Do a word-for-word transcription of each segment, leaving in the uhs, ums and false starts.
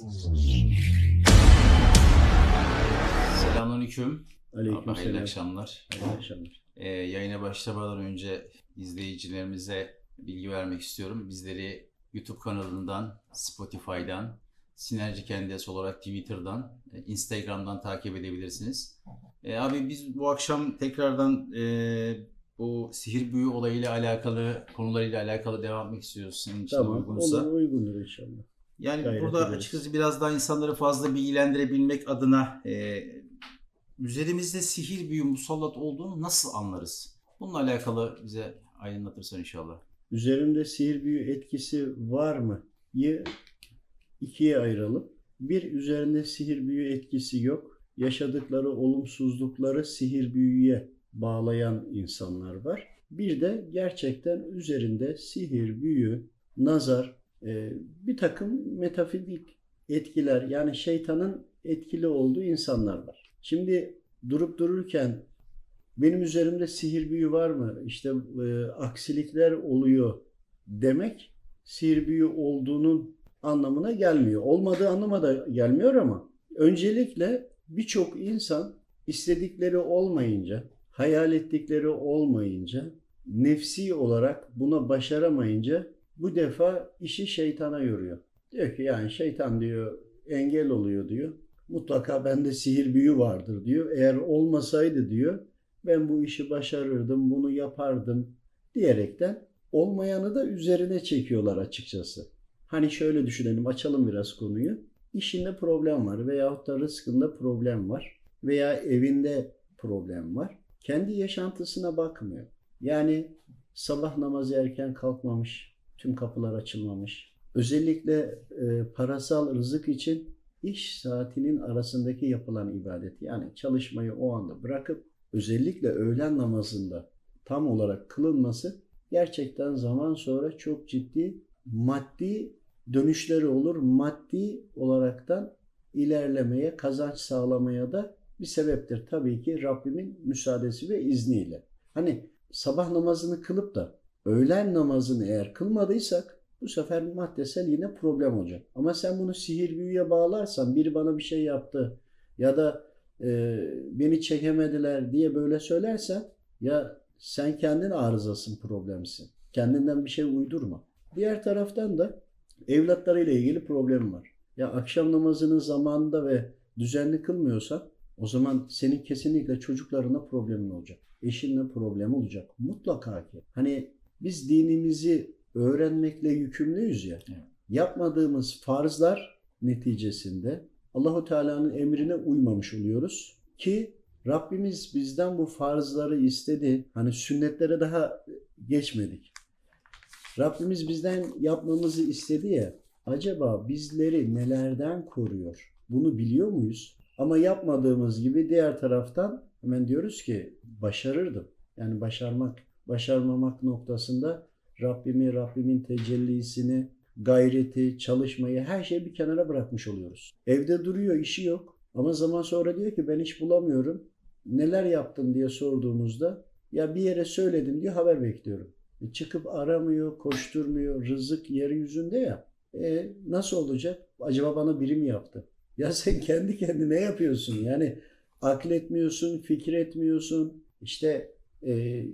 Selamünaleyküm. Aleykümselam. Hayırlı akşamlar. Hayırlı akşamlar. Ee, yayına başlamadan önce izleyicilerimize bilgi vermek istiyorum. Bizleri YouTube kanalından, Spotify'dan, Sinerji Kendisi olarak Twitter'dan, Instagram'dan takip edebilirsiniz. Ee, abi biz bu akşam tekrardan e, bu sihir büyü olayıyla alakalı, konularıyla alakalı devam etmek istiyoruz. Senin için Tamam, uygunsa. olur, uygundur inşallah. Yani Gayret burada ederiz. açıkçası biraz daha insanları fazla bilgilendirebilmek adına e, üzerimizde sihir büyü musallat olduğunu nasıl anlarız? Bununla alakalı bize aydınlatırsan inşallah. Üzerimde sihir büyü etkisi var mı? Yi ikiye ayıralım. Bir, üzerinde sihir büyü etkisi yok. Yaşadıkları olumsuzlukları sihir büyüye bağlayan insanlar var. Bir de gerçekten üzerinde sihir, büyü, nazar, e, bir takım metafizik etkiler, yani şeytanın etkili olduğu insanlar var. Şimdi durup dururken benim üzerimde sihir büyü var mı? İşte e, aksilikler oluyor demek sihir büyü olduğunun anlamına gelmiyor. Olmadığı anlama da gelmiyor ama öncelikle birçok insan istedikleri olmayınca, hayal ettikleri olmayınca, nefsi olarak buna başaramayınca bu defa işi şeytana yoruyor. Diyor ki yani şeytan diyor engel oluyor diyor. Mutlaka bende sihir büyü vardır diyor. Eğer olmasaydı diyor ben bu işi başarırdım, bunu yapardım diyerekten olmayanı da üzerine çekiyorlar açıkçası. Hani şöyle düşünelim, açalım biraz konuyu. İşinde problem var veyahut da rızkında problem var veya evinde problem var. Kendi yaşantısına bakmıyor. Yani sabah namazı erken kalkmamış, tüm kapılar açılmamış. Özellikle e, parasal rızık için iş saatinin arasındaki yapılan ibadet, yani çalışmayı o anda bırakıp özellikle öğlen namazında tam olarak kılınması gerçekten zaman sonra çok ciddi maddi dönüşleri olur. Maddi olaraktan ilerlemeye, kazanç sağlamaya da bir sebeptir. Tabii ki Rabbimin müsaadesi ve izniyle. Hani sabah namazını kılıp da öğlen namazını eğer kılmadıysak bu sefer maddesel yine problem olacak. Ama sen bunu sihir büyüye bağlarsan, biri bana bir şey yaptı ya da e, beni çekemediler diye böyle söylersen, ya sen kendin arızasın, problemsin. Kendinden bir şey uydurma. Diğer taraftan da evlatlarıyla ilgili problem var. Ya akşam namazının zamanında ve düzenli kılmıyorsan o zaman senin kesinlikle çocuklarına problemin olacak. Eşinle problem olacak. Mutlaka ki. Hani biz dinimizi öğrenmekle yükümlüyüz ya. Evet. Yapmadığımız farzlar neticesinde Allahu Teala'nın emrine uymamış oluyoruz ki Rabbimiz bizden bu farzları istedi. Hani sünnetlere daha geçmedik. Rabbimiz bizden yapmamızı istedi ya. Acaba bizleri nelerden koruyor? Bunu biliyor muyuz? Ama yapmadığımız gibi diğer taraftan hemen diyoruz ki başarırdım. Yani başarmak, başarmamak noktasında Rabbimi, Rabbimin tecellisini, gayreti, çalışmayı, her şeyi bir kenara bırakmış oluyoruz. Evde duruyor, işi yok. Ama zaman sonra diyor ki ben iş bulamıyorum. Neler yaptın diye sorduğumuzda ya bir yere söyledim diyor, haber bekliyorum. E çıkıp aramıyor, koşturmuyor, rızık yeryüzünde ya. E nasıl olacak? Acaba bana biri mi yaptı? Ya sen kendi kendine yapıyorsun. Yani akletmiyorsun, fikir etmiyorsun. İşte e,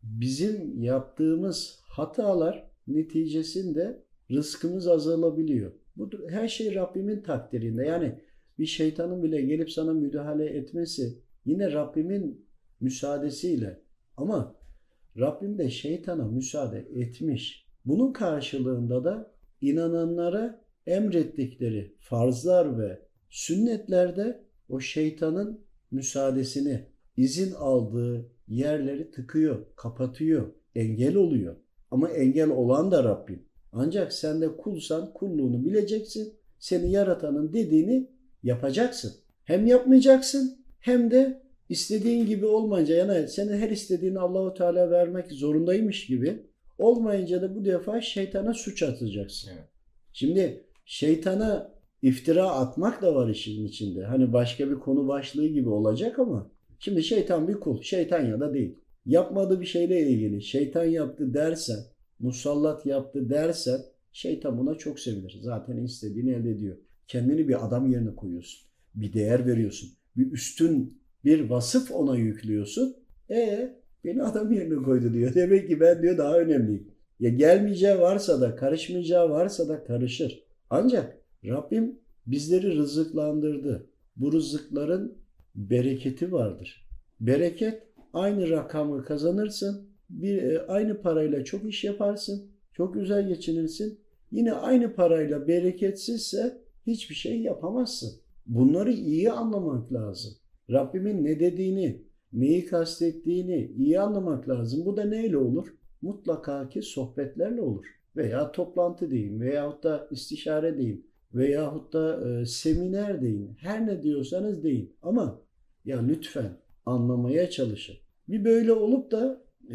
bizim yaptığımız hatalar neticesinde rızkımız azalabiliyor. Bu her şey Rabbimin takdirinde. Yani bir şeytanın bile gelip sana müdahale etmesi yine Rabbimin müsaadesiyle. Ama Rabbim de şeytana müsaade etmiş. Bunun karşılığında da inananlara emrettikleri farzlar ve sünnetlerde o şeytanın müsaadesini, izin aldığı yerleri tıkıyor, kapatıyor, engel oluyor. Ama engel olan da Rabbim. Ancak sen de kulsan kulluğunu bileceksin. Seni yaratanın dediğini yapacaksın. Hem yapmayacaksın hem de istediğin gibi olmayınca, yani senin her istediğini Allahu Teala vermek zorundaymış gibi olmayınca da bu defa şeytana suç atacaksın. Evet. Şimdi şeytana iftira atmak da var işin içinde. Hani başka bir konu başlığı gibi olacak ama şimdi şeytan bir kul, şeytan ya da değil. Yapmadığı bir şeyle ilgili şeytan yaptı dersen, musallat yaptı dersen şeytan buna çok sevinir. Zaten istediğini elde ediyor. Kendini bir adam yerine koyuyorsun. Bir değer veriyorsun. Bir üstün bir vasıf ona yüklüyorsun. E beni adam yerine koydu diyor. Demek ki ben diyor daha önemliyim. Ya gelmeyeceği varsa da, karışmayacağı varsa da karışır. Ancak Rabbim bizleri rızıklandırdı. Bu rızıkların bereketi vardır. Bereket, aynı rakamı kazanırsın. Bir, aynı parayla çok iş yaparsın. Çok güzel geçinirsin. Yine aynı parayla bereketsizse hiçbir şey yapamazsın. Bunları iyi anlamak lazım. Rabbimin ne dediğini, neyi kastettiğini iyi anlamak lazım. Bu da neyle olur? Mutlaka ki sohbetlerle olur. Veya toplantı deyin, veyahut da istişare deyin, veyahut da e, seminer deyin. Her ne diyorsanız deyin. Ama ya lütfen anlamaya çalışın. Bir böyle olup da e,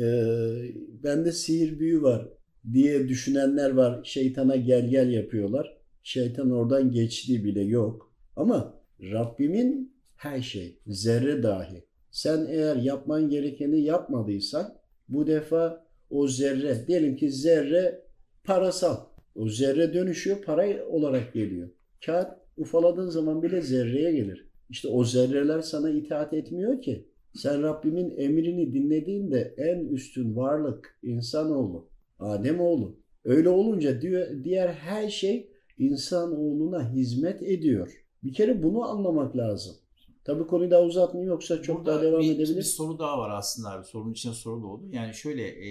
bende sihir büyü var diye düşünenler var. Şeytana gel gel yapıyorlar. Şeytan oradan geçtiği bile yok. Ama Rabbimin her şey, zerre dahi. Sen eğer yapman gerekeni yapmadıysan bu defa o zerre, diyelim ki zerre parasal. O zerre dönüşüyor, para olarak geliyor. Kağıt ufaladığın zaman bile zerreye gelir. İşte o zerreler sana itaat etmiyor ki. Sen Rabbimin emrini dinlediğinde en üstün varlık insanoğlu, Ademoğlu. Öyle olunca diğer her şey insanoğluna hizmet ediyor. Bir kere bunu anlamak lazım. Tabii konuyu daha uzatmayayım yoksa çok Burada daha devam bir, edebilir. Bir soru daha var aslında abi. Sorunun içine soru da oldu. Yani şöyle e,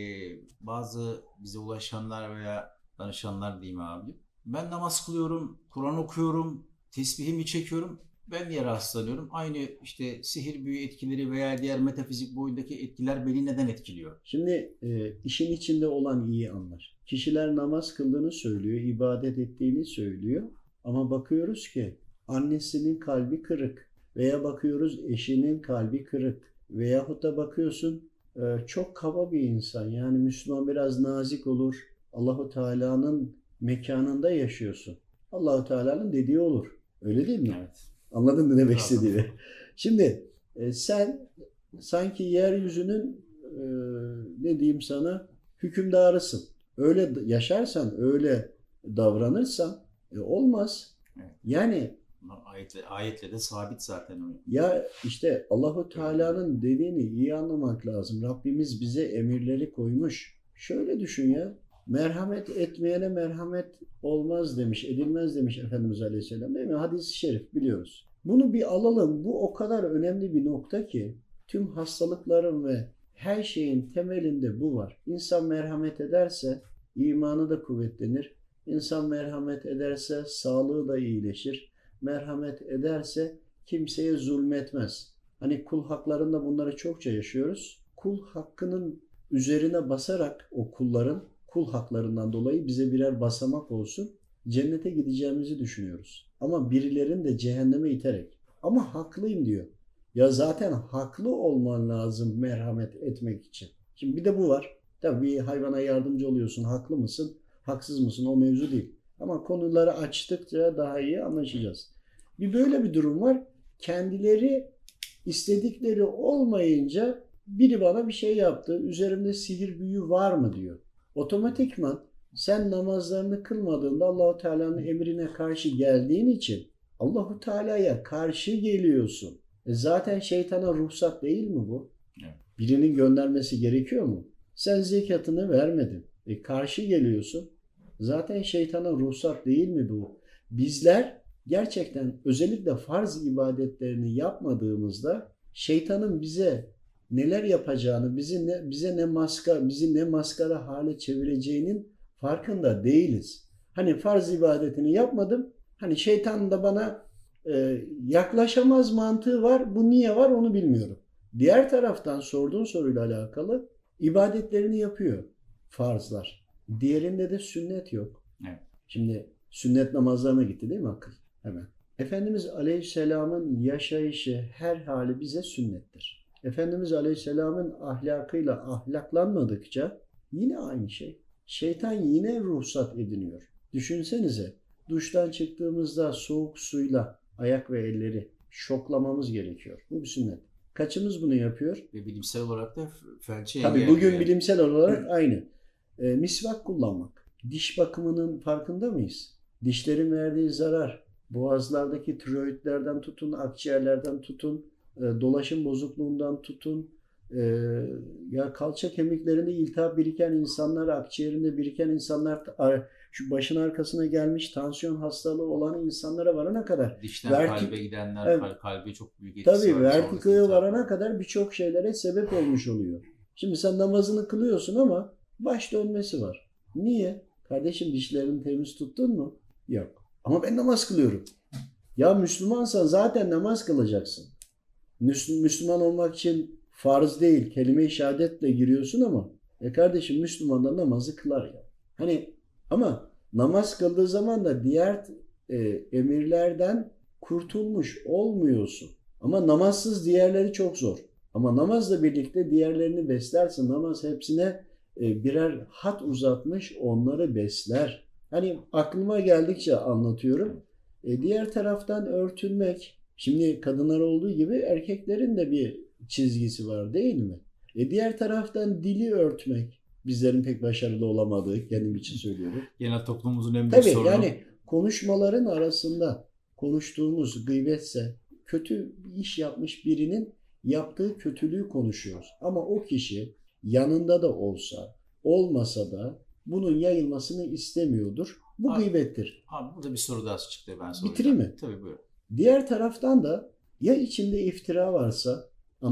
bazı bize ulaşanlar veya danışanlar diyeyim abi. Ben namaz kılıyorum, Kur'an okuyorum, tesbihimi çekiyorum. Ben niye rahatsızlanıyorum? Aynı işte sihir büyü etkileri veya diğer metafizik boyundaki etkiler beni neden etkiliyor? Şimdi e, işin içinde olan iyi anlar. Kişiler namaz kıldığını söylüyor, ibadet ettiğini söylüyor. Ama bakıyoruz ki annesinin kalbi kırık veya bakıyoruz eşinin kalbi kırık veyahut da bakıyorsun e, çok kaba bir insan. Yani Müslüman biraz nazik olur. Allahu Teala'nın mekanında yaşıyorsun. Allahu Teala'nın dediği olur. Öyle değil mi? Evet. Anladın mı demek istediğimi? Şimdi e, sen sanki yeryüzünün e, ne diyeyim sana hükümdarısın. Öyle yaşarsan, öyle davranırsan e, olmaz. Evet. Yani ayetle, ayetle de sabit zaten o. Ya işte Allahu Teala'nın dediğini iyi anlamak lazım. Rabbimiz bize emirleri koymuş. Şöyle düşün ya. Merhamet etmeyene merhamet olmaz demiş, edilmez demiş Efendimiz Aleyhisselam, değil mi? Hadis-i şerif biliyoruz. Bunu bir alalım. Bu o kadar önemli bir nokta ki tüm hastalıkların ve her şeyin temelinde bu var. İnsan merhamet ederse imanı da kuvvetlenir. İnsan merhamet ederse sağlığı da iyileşir. Merhamet ederse kimseye zulmetmez. Hani kul haklarında bunları çokça yaşıyoruz. Kul hakkının üzerine basarak o kulların kul haklarından dolayı bize birer basamak olsun. Cennete gideceğimizi düşünüyoruz. Ama birilerini de cehenneme iterek. Ama haklıyım diyor. Ya zaten haklı olman lazım merhamet etmek için. Şimdi bir de bu var. Tabii bir hayvana yardımcı oluyorsun. Haklı mısın? Haksız mısın? O mevzu değil. Ama konuları açtıkça daha iyi anlaşacağız. Bir böyle bir durum var. Kendileri istedikleri olmayınca biri bana bir şey yaptı. Üzerimde sihir büyü var mı diyor. Otomatikman sen namazlarını kılmadığında Allahu Teala'nın emrine karşı geldiğin için Allahu Teala'ya karşı geliyorsun. E zaten şeytana ruhsat değil mi bu? Evet. Birinin göndermesi gerekiyor mu? Sen zekatını vermedin. E karşı geliyorsun. Zaten şeytana ruhsat değil mi bu? Bizler gerçekten özellikle farz ibadetlerini yapmadığımızda şeytanın bize neler yapacağını, bizi ne, bize ne maskara, bizi ne maskara hale çevireceğinin farkında değiliz. Hani farz ibadetini yapmadım. Hani şeytan da bana e, yaklaşamaz mantığı var. Bu niye var onu bilmiyorum. Diğer taraftan sorduğun soruyla alakalı ibadetlerini yapıyor farzlar. Diğerinde de sünnet yok. Evet. Şimdi sünnet namazlarına gitti değil mi akıl? Hemen. Efendimiz Aleyhisselam'ın yaşayışı her hali bize sünnettir. Efendimiz Aleyhisselam'ın ahlakıyla ahlaklanmadıkça yine aynı şey. Şeytan yine ruhsat ediniyor. Düşünsenize duştan çıktığımızda soğuk suyla ayak ve elleri şoklamamız gerekiyor. Bu bir sünnet. Kaçımız bunu yapıyor? Ve bilimsel olarak da felçe Tabii bugün yani. Bilimsel olarak aynı. E, misvak kullanmak. Diş bakımının farkında mıyız? Dişlerin verdiği zarar. boğazlardaki tiroidlerden tutun, akciğerlerden tutun, e, dolaşım bozukluğundan tutun, e, ya kalça kemiklerinde iltihap biriken insanlar, akciğerinde biriken insanlar, şu başın arkasına gelmiş tansiyon hastalığı olan insanlara varana kadar. Dişten Vertik, kalbe gidenler, evet, kal- kalbe çok büyük etkisi tabii var. vertigoya varana kadar birçok şeylere sebep olmuş oluyor. Şimdi sen namazını kılıyorsun ama baş dönmesi var. Niye? Kardeşim dişlerini temiz tuttun mu? Yok. Ama ben namaz kılıyorum. Ya Müslümansan zaten namaz kılacaksın. Müslüman olmak için farz değil, kelime-i şehadetle giriyorsun ama e kardeşim Müslüman da namazı kılar ya. Hani ama namaz kıldığı zaman da diğer e, emirlerden kurtulmuş olmuyorsun. Ama namazsız diğerleri çok zor. Ama namazla birlikte diğerlerini beslersin. Namaz hepsine e, birer hat uzatmış, onları besler. Hani aklıma geldikçe anlatıyorum. E, diğer taraftan örtünmek. Şimdi kadınlar olduğu gibi erkeklerin de bir çizgisi var değil mi? E, diğer taraftan dili örtmek. Bizlerin pek başarılı olamadığı, kendim için söylüyorum. Genel toplumumuzun en büyük Tabii sorunu. yani konuşmaların arasında konuştuğumuz gıybetse, kötü bir iş yapmış birinin yaptığı kötülüğü konuşuyoruz. Ama o kişi yanında da olsa, olmasa da bunun yayılmasını istemiyordur. Bu Abi, gıybettir. Abi burada bir soru daha çıktı, ben soracağım. Bitireyim mi? Tabii buyur. Diğer taraftan da ya içinde iftira varsa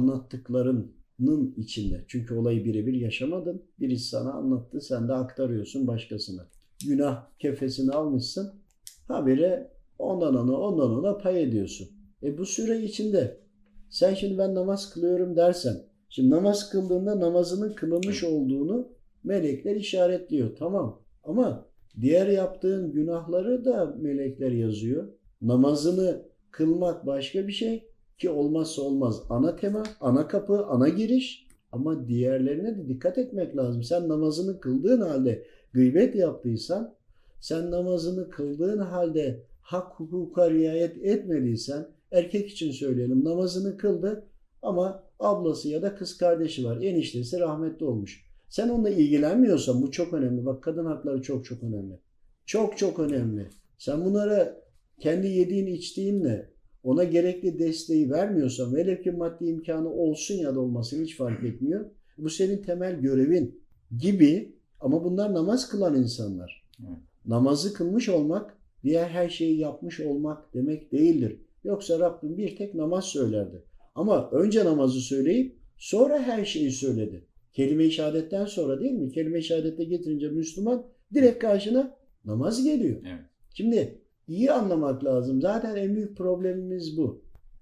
anlattıklarının içinde. Çünkü olayı birebir yaşamadın. Birisi sana anlattı, sen de aktarıyorsun başkasına. Günah kefesini almışsın. Habire ondan ona ondan ona pay ediyorsun. E bu süre içinde sen şimdi ben namaz kılıyorum dersen, şimdi namaz kıldığında namazının kılınmış olduğunu melekler işaretliyor. Tamam ama diğer yaptığın günahları da melekler yazıyor. Namazını kılmak başka bir şey ki olmazsa olmaz ana tema, ana kapı, ana giriş. Ama diğerlerine de dikkat etmek lazım. Sen namazını kıldığın halde gıybet yaptıysan, sen namazını kıldığın halde hak hukuka riayet etmediysen, erkek için söyleyelim, namazını kıldı ama ablası ya da kız kardeşi var, eniştesi rahmetli olmuş. Sen onunla ilgilenmiyorsan bu çok önemli. Bak kadın hakları çok çok önemli. Çok çok önemli. Sen bunlara kendi yediğin içtiğinle ona gerekli desteği vermiyorsan, velev ki maddi imkanı olsun ya da olmasın hiç fark etmiyor. Bu senin temel görevin gibi ama bunlar namaz kılan insanlar. Evet. Namazı kılmış olmak diğer her şeyi yapmış olmak demek değildir. Yoksa Rabbim bir tek namaz söylerdi. Ama önce namazı söyleyip sonra her şeyi söyledi. Kelime-i şehadetten sonra değil mi? Kelime-i şehadette getirince Müslüman direkt karşına namaz geliyor. Evet. Şimdi iyi anlamak lazım. Zaten en büyük problemimiz bu.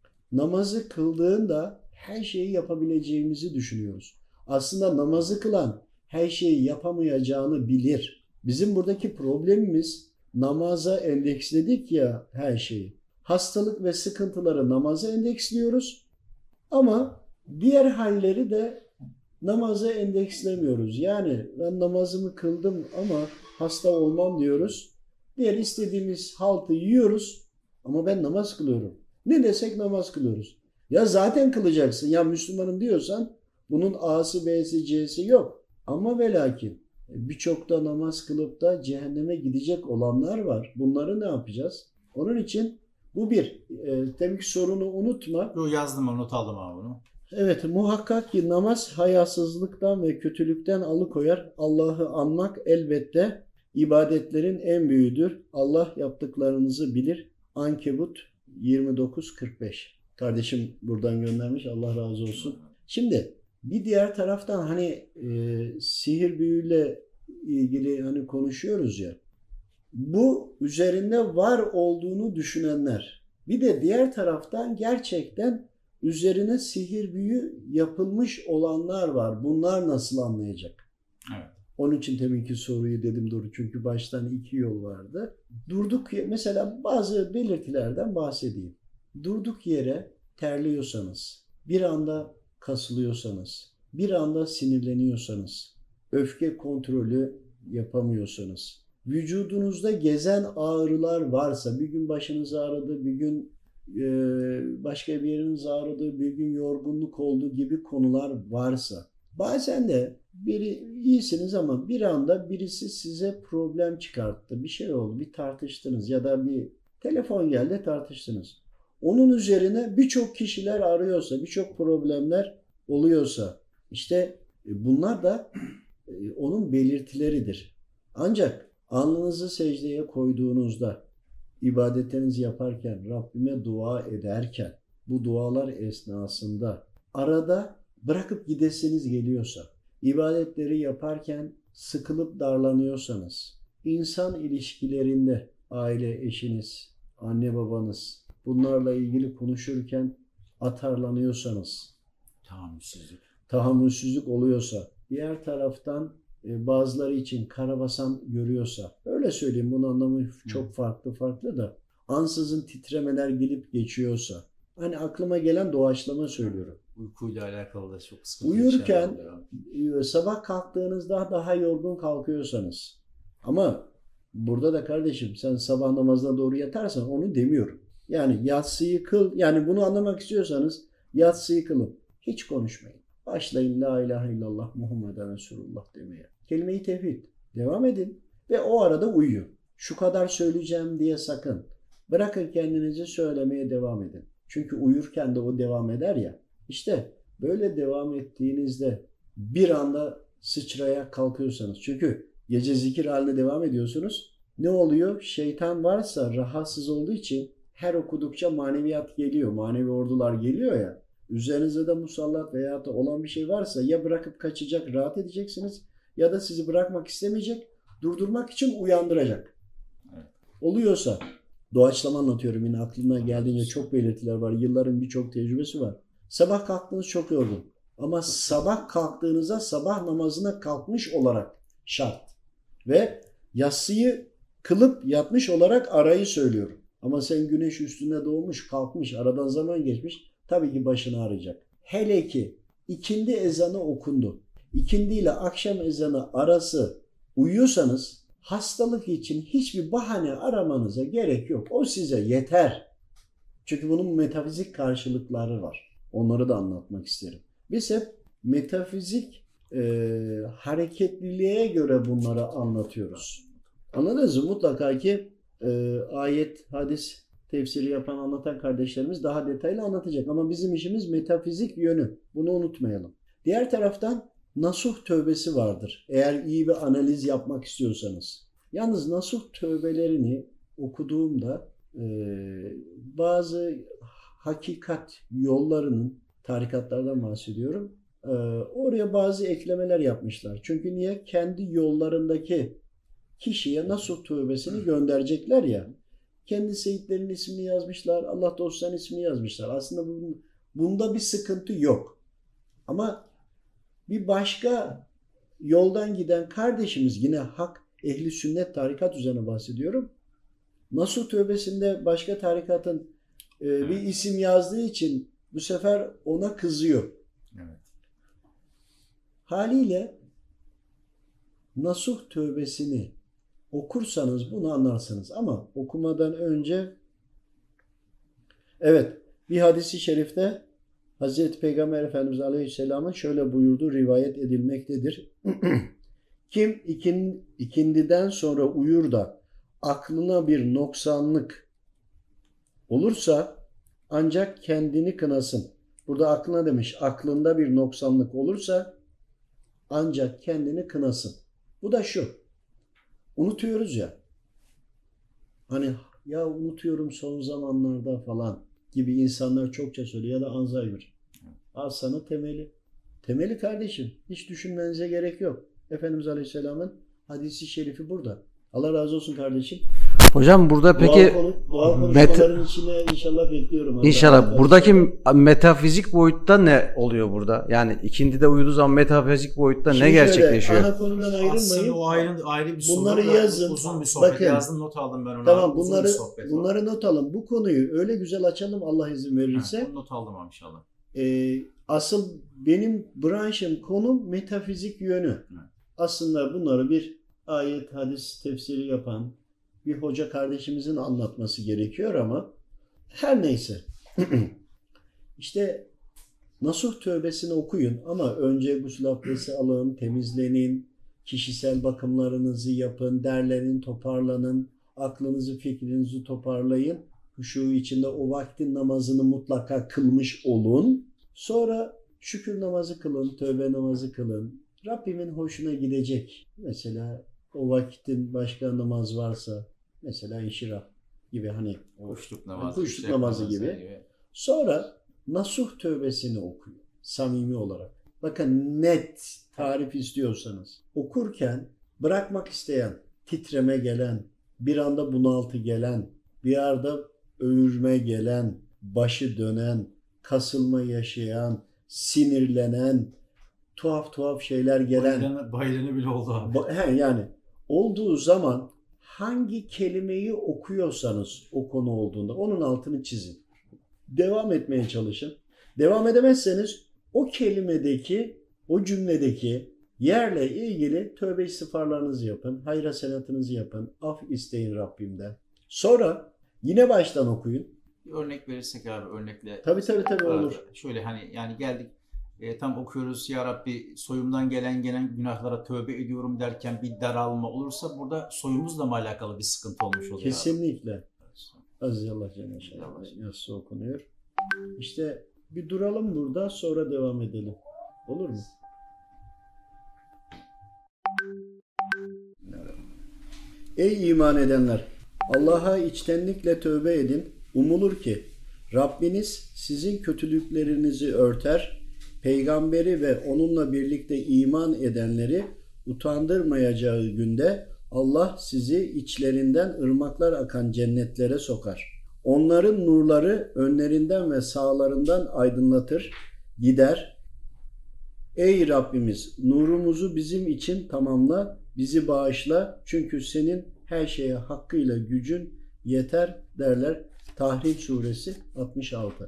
Namazı kıldığında her şeyi yapabileceğimizi düşünüyoruz. Aslında namazı kılan her şeyi yapamayacağını bilir. Bizim buradaki problemimiz namaza endeksledik ya her şeyi. Hastalık ve sıkıntıları namaza endeksliyoruz. Ama diğer halleri de namaza endekslemiyoruz. Yani ben namazımı kıldım ama hasta olmam diyoruz. Diğer istediğimiz haltı yiyoruz ama ben namaz kılıyorum. Ne desek namaz kılıyoruz. Ya zaten kılacaksın. Ya Müslümanım diyorsan bunun A'sı, B'si, C'si yok. Ama ve lakin birçok da namaz kılıp da cehenneme gidecek olanlar var. Bunları ne yapacağız? Onun için bu bir. E, tabii ki sorunu unutma. Yo, yazdım, not aldım abi bunu. Evet, muhakkak ki namaz hayasızlıktan ve kötülükten alıkoyar. Allah'ı anmak elbette ibadetlerin en büyüğüdür. Allah yaptıklarınızı bilir. Ankebut yirmi dokuz kırk beş. Kardeşim buradan göndermiş. Allah razı olsun. Şimdi bir diğer taraftan hani e, sihir büyüyle ilgili hani konuşuyoruz ya. Bu üzerinde var olduğunu düşünenler. Bir de diğer taraftan gerçekten üzerine sihir büyü yapılmış olanlar var. Bunlar nasıl anlayacak? Evet. Onun için teminki soruyu dedim doğru. Çünkü baştan iki yol vardı. Durduk mesela bazı belirtilerden bahsedeyim. Durduk yere terliyorsanız, bir anda kasılıyorsanız, bir anda sinirleniyorsanız, öfke kontrolü yapamıyorsanız, vücudunuzda gezen ağrılar varsa, bir gün başınız ağrıdı, bir gün başka bir yeriniz ağrıdı, bir gün yorgunluk oldu gibi konular varsa, bazen de biri iyisiniz ama bir anda birisi size problem çıkarttı, bir şey oldu, bir tartıştınız ya da bir Telefon geldi, tartıştınız. Onun üzerine birçok kişiler arıyorsa, birçok problemler oluyorsa işte bunlar da onun belirtileridir. Ancak alnınızı secdeye koyduğunuzda, ibadetlerinizi yaparken, Rabbime dua ederken, bu dualar esnasında arada bırakıp gidesiniz geliyorsa, ibadetleri yaparken sıkılıp darlanıyorsanız, insan ilişkilerinde aile, eşiniz, anne babanız bunlarla ilgili konuşurken atarlanıyorsanız, Tahammülsüzlük. tahammülsüzlük oluyorsa, diğer taraftan bazıları için karabasan görüyorsa, öyle söyleyeyim, bunun anlamı çok farklı farklı da, ansızın titremeler gelip geçiyorsa, hani aklıma gelen doğaçlama söylüyorum. Uykuyla alakalı da çok sıkıntı. Uyurken sabah kalktığınızda daha yorgun kalkıyorsanız, ama burada da kardeşim sen sabah namazına doğru yatarsan onu demiyorum. Yani yatsıyı kıl, yani bunu anlamak istiyorsanız yatsıyı kılın. Hiç konuşmayın. Başlayın la ilahe illallah Muhammeden Resulullah demeye. Kelime-i tevhid. Devam edin ve o arada uyuyun. Şu kadar söyleyeceğim diye sakın. Bırakın kendinizi söylemeye devam edin. Çünkü uyurken de o devam eder ya. İşte böyle devam ettiğinizde bir anda sıçraya kalkıyorsanız. Çünkü gece zikir haline devam ediyorsunuz. Ne oluyor? Şeytan varsa rahatsız olduğu için her okudukça maneviyat geliyor. Manevi ordular geliyor ya. Üzerinizde de musallat veya da olan bir şey varsa ya bırakıp kaçacak, rahat edeceksiniz ya da sizi bırakmak istemeyecek, durdurmak için uyandıracak. Evet. Oluyorsa, doğaçlama anlatıyorum yine aklına geldiğince çok belirtiler var. Yılların birçok tecrübesi var. Sabah kalktığınız çok yorgun. Ama sabah kalktığınızda sabah namazına kalkmış olarak şart. Ve yatsıyı kılıp yatmış olarak arayı söylüyorum. Ama sen güneş üstünde doğmuş, kalkmış, aradan zaman geçmiş. Tabii ki başını ağrıyacak. Hele ki ikindi ezanı okundu. İkindi ile akşam ezanı arası uyuyorsanız hastalık için hiçbir bahane aramanıza gerek yok. O size yeter. Çünkü bunun metafizik karşılıkları var. Onları da anlatmak isterim. Biz hep metafizik e, hareketliliğe göre bunları anlatıyoruz. Anladınız mı? Mutlaka ki e, ayet, hadis tefsiri yapan, anlatan kardeşlerimiz daha detaylı anlatacak. Ama bizim işimiz metafizik yönü. Bunu unutmayalım. Diğer taraftan nasuh tövbesi vardır. Eğer iyi bir analiz yapmak istiyorsanız. Yalnız nasuh tövbelerini okuduğumda e, bazı hakikat yollarının, tarikatlardan bahsediyorum, e, oraya bazı eklemeler yapmışlar. Çünkü niye? Kendi yollarındaki kişiye nasuh tövbesini gönderecekler ya. Kendi seyitlerin ismini yazmışlar. Allah dostlarının ismini yazmışlar. Aslında bunun, bunda bir sıkıntı yok. Ama bir başka yoldan giden kardeşimiz, yine hak ehli sünnet tarikat üzerine bahsediyorum. Nasuh tövbesinde başka tarikatın e, bir isim yazdığı için bu sefer ona kızıyor. Evet. Haliyle nasuh tövbesini okursanız bunu anlarsınız. Ama okumadan önce evet, bir hadisi şerifte Hazreti Peygamber Efendimiz Aleyhisselam'ın şöyle buyurduğu rivayet edilmektedir. Kim ikin, ikindiden sonra uyur da aklına bir noksanlık olursa ancak kendini kınasın. Burada aklına demiş, aklında bir noksanlık olursa ancak kendini kınasın. Bu da şu. Unutuyoruz ya. Hani ya unutuyorum son zamanlarda falan gibi insanlar çokça söylüyor. Ya da Alzheimer. Al sana temeli. Temeli kardeşim. Hiç düşünmenize gerek yok. Efendimiz Aleyhisselam'ın hadisi şerifi burada. Allah razı olsun kardeşim. Hocam burada peki Doğal, konu, doğal konuşmaların içine inşallah bekliyorum. İnşallah. Allah Buradaki metafizik boyutta ne oluyor burada? Yani ikindide uyuduğu zaman metafizik boyutta Şimdi ne şöyle, gerçekleşiyor? ana konudan ayrılmayın. Aslında o ayrı, ayrı bir Bunları soru. yazın. Uzun bir sohbet Bakın. yazdım, not aldım ben ona. Tamam, Uzun bunları bir sohbet o. bunları not alın. Bu konuyu öyle güzel açalım Allah izin verirse. Ha, not aldım abi inşallah. E, asıl benim branşım, konum metafizik yönü. Hı. Aslında bunları bir ayet, hadis tefsiri yapan bir hoca kardeşimizin anlatması gerekiyor ama her neyse. İşte nasuh tövbesini okuyun ama önce gusül abdesti alın, temizlenin, kişisel bakımlarınızı yapın, derlenin, toparlanın. aklınızı, fikrinizi toparlayın. Huşu içinde o vaktin namazını mutlaka kılmış olun. Sonra şükür namazı kılın, tövbe namazı kılın. Rabbimin hoşuna gidecek. Mesela o vakitin başka namaz varsa, mesela inşirah gibi hani Kuşluk namazı, kuşluk işrak namazı namazı gibi. Sonra nasuh tövbesini okuyun samimi olarak. Bakın net tarif istiyorsanız okurken bırakmak isteyen, titreme gelen, bir anda bunaltı gelen, bir anda öğürme gelen, başı dönen, kasılma yaşayan, sinirlenen, tuhaf tuhaf şeyler gelen. Baylanı, baylanı bile oldu abi. Ba- he, yani olduğu zaman hangi kelimeyi okuyorsanız o konu olduğunda onun altını çizin. Devam etmeye çalışın. Devam edemezseniz o kelimedeki, o cümledeki yerle ilgili tövbe istiğfarlarınızı yapın. Hayır hasenatınızı yapın. Af isteyin Rabbimden. Sonra yine baştan okuyun. Bir örnek verirsek abi, örnekle. Tabii tabii tabii olur. Şöyle hani yani geldik e, tam okuyoruz, ya Rabbi soyumdan gelen gelen günahlara tövbe ediyorum derken bir daralma olursa burada soyumuzla mı alakalı bir sıkıntı olmuş oluyor? Kesinlikle. Abi. Aziz Allah Celle Şanlı yazısı okunuyor. İşte bir duralım burada, sonra devam edelim. Olur mu? Ey iman edenler! Allah'a içtenlikle tövbe edin. Umulur ki Rabbiniz sizin kötülüklerinizi örter, peygamberi ve onunla birlikte iman edenleri utandırmayacağı günde Allah sizi içlerinden ırmaklar akan cennetlere sokar. Onların nurları önlerinden ve sağlarından aydınlatır, gider. Ey Rabbimiz, nurumuzu bizim için tamamla, bizi bağışla. Çünkü senin her şeye hakkıyla gücün yeter derler. Tahrim suresi altmış altı.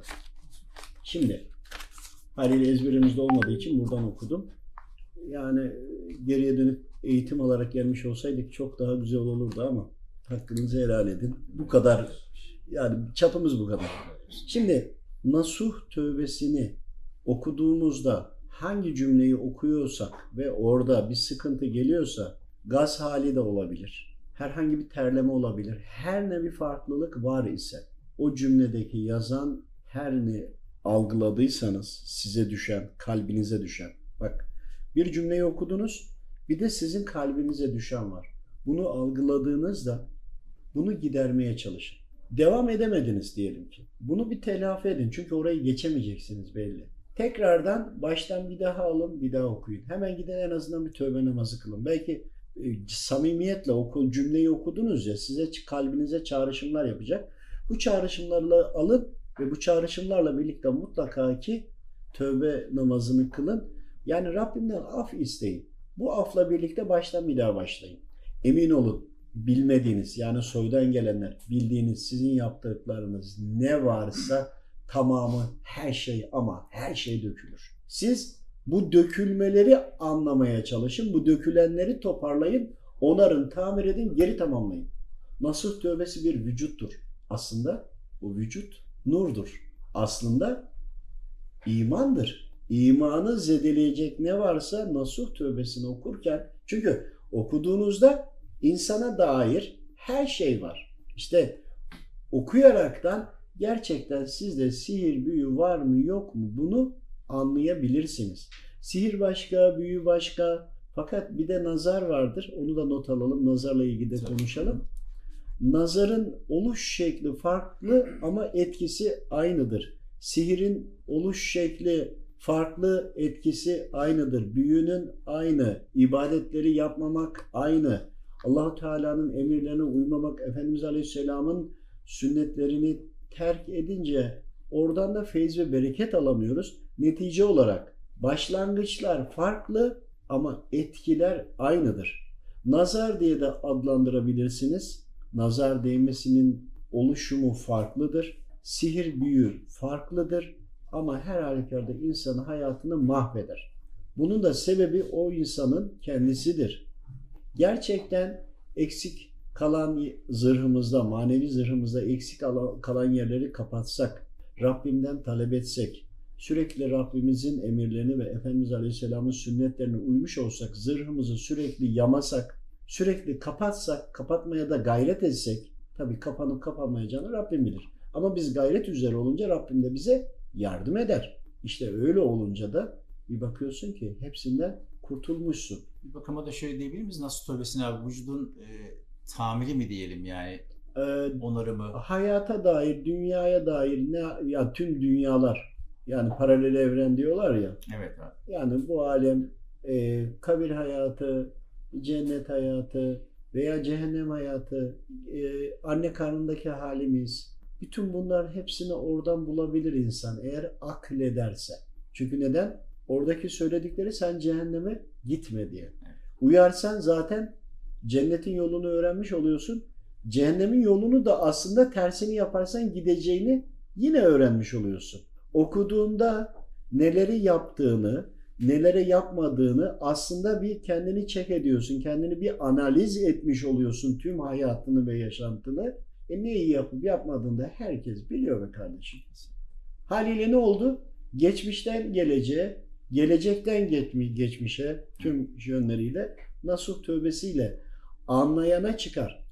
Şimdi haliyle ezberimizde olmadığı için buradan okudum. Yani geriye dönüp eğitim alarak gelmiş olsaydık çok daha güzel olurdu ama hakkınızı helal edin. Bu kadar, yani çapımız bu kadar. Şimdi nasuh tövbesini okuduğumuzda hangi cümleyi okuyorsak ve orada bir sıkıntı geliyorsa gaz hali de olabilir. Herhangi bir terleme olabilir. Her ne bir farklılık var ise o cümledeki yazan her ne algıladıysanız size düşen, kalbinize düşen. Bak, bir cümleyi okudunuz, bir de sizin kalbinize düşen var. Bunu algıladığınızda bunu gidermeye çalışın. Devam edemediniz diyelim ki. Bunu bir telafi edin. Çünkü orayı geçemeyeceksiniz belli. Tekrardan baştan bir daha alın, bir daha okuyun. Hemen giden en azından bir tövbe namazı kılın. Belki e, samimiyetle oku, cümleyi okudunuz ya, size kalbinize çağrışımlar yapacak. Bu çağrışımlarla alın ve bu çağrışımlarla birlikte mutlaka ki tövbe namazını kılın. Yani Rabbimden af isteyin. Bu afla birlikte baştan bir daha başlayın. Emin olun, bilmediğiniz, yani soydan gelenler, bildiğiniz sizin yaptıklarınız ne varsa tamamı, her şey, ama her şey dökülür. Siz bu dökülmeleri anlamaya çalışın. Bu dökülenleri toparlayın, onarın, tamir edin, geri tamamlayın. Nasuh tövbesi bir vücuttur. Aslında bu vücut nurdur. Aslında imandır. İmanı zedeleyecek ne varsa nasuh tövbesini okurken, çünkü okuduğunuzda insana dair her şey var. İşte okuyaraktan gerçekten sizde sihir, büyü var mı yok mu bunu anlayabilirsiniz. Sihir başka, büyü başka, fakat bir de nazar vardır. Onu da not alalım. Nazarla ilgili de konuşalım. Nazarın oluş şekli farklı ama etkisi aynıdır. Sihirin oluş şekli farklı, etkisi aynıdır. Büyünün aynı, ibadetleri yapmamak aynı. Allah-u Teala'nın emirlerine uymamak, Efendimiz Aleyhisselam'ın sünnetlerini terk edince oradan da feyz ve bereket alamıyoruz. Netice olarak başlangıçlar farklı ama etkiler aynıdır. Nazar diye de adlandırabilirsiniz. Nazar değmesinin oluşumu farklıdır. Sihir, büyü farklıdır ama her halükarda insanın hayatını mahveder. Bunun da sebebi o insanın kendisidir. Gerçekten eksik kalan zırhımızda, manevi zırhımızda eksik kalan yerleri kapatsak, Rabbimden talep etsek, sürekli Rabbimizin emirlerini ve Efendimiz Aleyhisselam'ın sünnetlerine uymuş olsak, zırhımızı sürekli yamasak, sürekli kapatsak, kapatmaya da gayret etsek, tabii kapanıp kapanmayacağını Rabbim bilir. Ama biz gayret üzere olunca Rabbim de bize yardım eder. İşte öyle olunca da bir bakıyorsun ki hepsinden kurtulmuşsun. Bir bakıma da şöyle diyebilir miyiz? Nasıl tövbesine abi? Vücudun e, tamiri mi diyelim yani? Ee, Onarımı. hayata dair, dünyaya dair ne ya tüm dünyalar, yani paralel evren diyorlar ya. Evet abi. Yani bu alem, e, kabir hayatı, cennet hayatı veya cehennem hayatı, e, anne karnındaki halimiz, bütün bunlar hepsini oradan bulabilir insan eğer aklederse. Çünkü neden? Oradaki söyledikleri sen cehenneme gitme diye. Uyarsan zaten cennetin yolunu öğrenmiş oluyorsun. Cehennemin yolunu da aslında tersini yaparsan gideceğini yine öğrenmiş oluyorsun. Okuduğunda neleri yaptığını, nelere yapmadığını aslında bir kendini check ediyorsun. Kendini bir analiz etmiş oluyorsun tüm hayatını ve yaşantını. E neyi yapıp yapmadığını da herkes biliyor be kardeşim. Haliyle ne oldu? Geçmişten geleceğe, gelecekten geçmişe tüm yönleriyle nasuh tövbesiyle anlayana çıkar.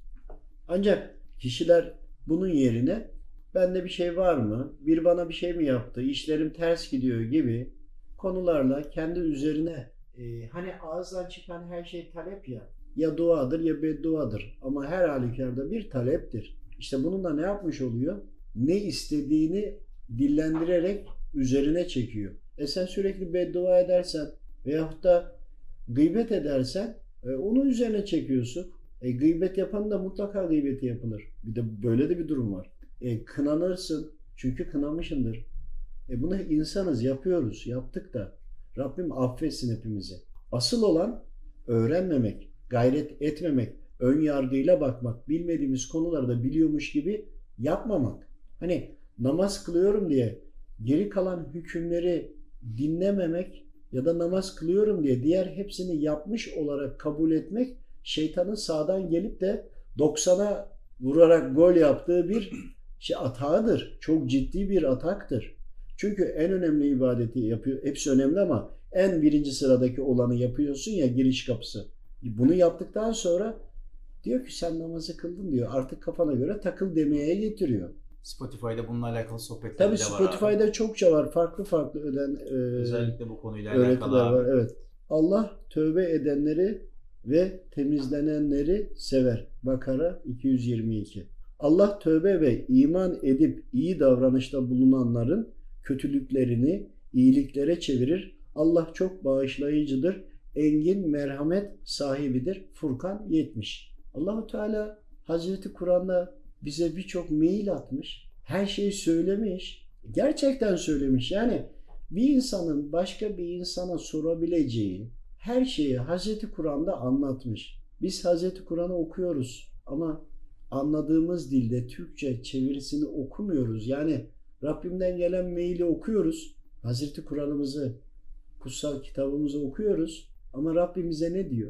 Ancak kişiler bunun yerine bende bir şey var mı? Bir bana bir şey mi yaptı? İşlerim ters gidiyor gibi konularla kendi üzerine e, hani ağızdan çıkan her şey talep ya. Ya duadır ya bedduadır. Ama her halükarda bir taleptir. İşte bununla ne yapmış oluyor? Ne istediğini dillendirerek üzerine çekiyor. E sen sürekli beddua edersen veyahut da gıybet edersen e, onu üzerine çekiyorsun. E, gıybet yapan da mutlaka gıybeti yapılır. Bir de böyle de bir durum var. E, kınanırsın çünkü kınamışındır. E, bunu insanız, yapıyoruz, yaptık da Rabbim affetsin hepimizi. Asıl olan öğrenmemek, gayret etmemek, ön yargıyla bakmak, bilmediğimiz konuları da biliyormuş gibi yapmamak. Hani namaz kılıyorum diye geri kalan hükümleri dinlememek ya da namaz kılıyorum diye diğer hepsini yapmış olarak kabul etmek şeytanın sağdan gelip de doksana vurarak gol yaptığı bir şey atağıdır. Çok ciddi bir ataktır. Çünkü en önemli ibadeti yapıyor. Hepsi önemli ama en birinci sıradaki olanı yapıyorsun ya, giriş kapısı. Bunu yaptıktan sonra diyor ki sen namazı kıldın diyor. Artık kafana göre takıl demeye getiriyor. Spotify'da bununla alakalı sohbetler Tabii de var Spotify'da abi. çokça var. Farklı farklı öden e, Özellikle bu konuyla öğretiler alakalı abi. var. Evet. Allah tövbe edenleri ve temizlenenleri sever. Bakara iki yüz yirmi iki. Allah tövbe ve iman edip iyi davranışta bulunanların kötülüklerini iyiliklere çevirir. Allah çok bağışlayıcıdır. Engin merhamet sahibidir. Furkan yetmiş. Allahu Teala Hazreti Kur'an'da bize birçok mail atmış. Her şeyi söylemiş. Gerçekten söylemiş. Yani bir insanın başka bir insana sorabileceği her şeyi Hazreti Kur'an'da anlatmış. Biz Hazreti Kur'an'ı okuyoruz ama anladığımız dilde Türkçe çevirisini okumuyoruz. Yani Rabbimden gelen maili okuyoruz. Hazreti Kur'an'ımızı, kutsal kitabımızı okuyoruz. Ama Rabbimize ne diyor?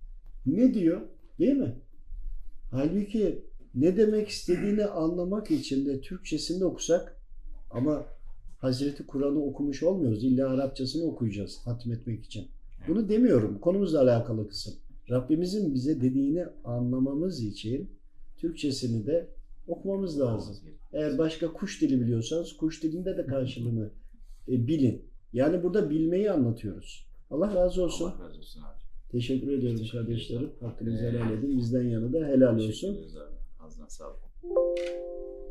Ne diyor? Değil mi? Halbuki ne demek istediğini anlamak için de Türkçesini okusak ama Hazreti Kur'an'ı okumuş olmuyoruz. İlla Arapçasını okuyacağız hatmetmek için. Bunu demiyorum. Konumuzla alakalı kısım. Rabbimizin bize dediğini anlamamız için Türkçesini de okumamız lazım. Eğer başka kuş dili biliyorsanız kuş dilinde de karşılığını e, bilin. Yani burada bilmeyi anlatıyoruz. Allah razı olsun. Allah razı olsun abi. Teşekkür ediyorum Teşekkür kardeşlerim. ederim. Hakkınızı Ee, helal edin. Bizden yana da helal Teşekkür olsun. ederiz abi. Ağzına sağlık.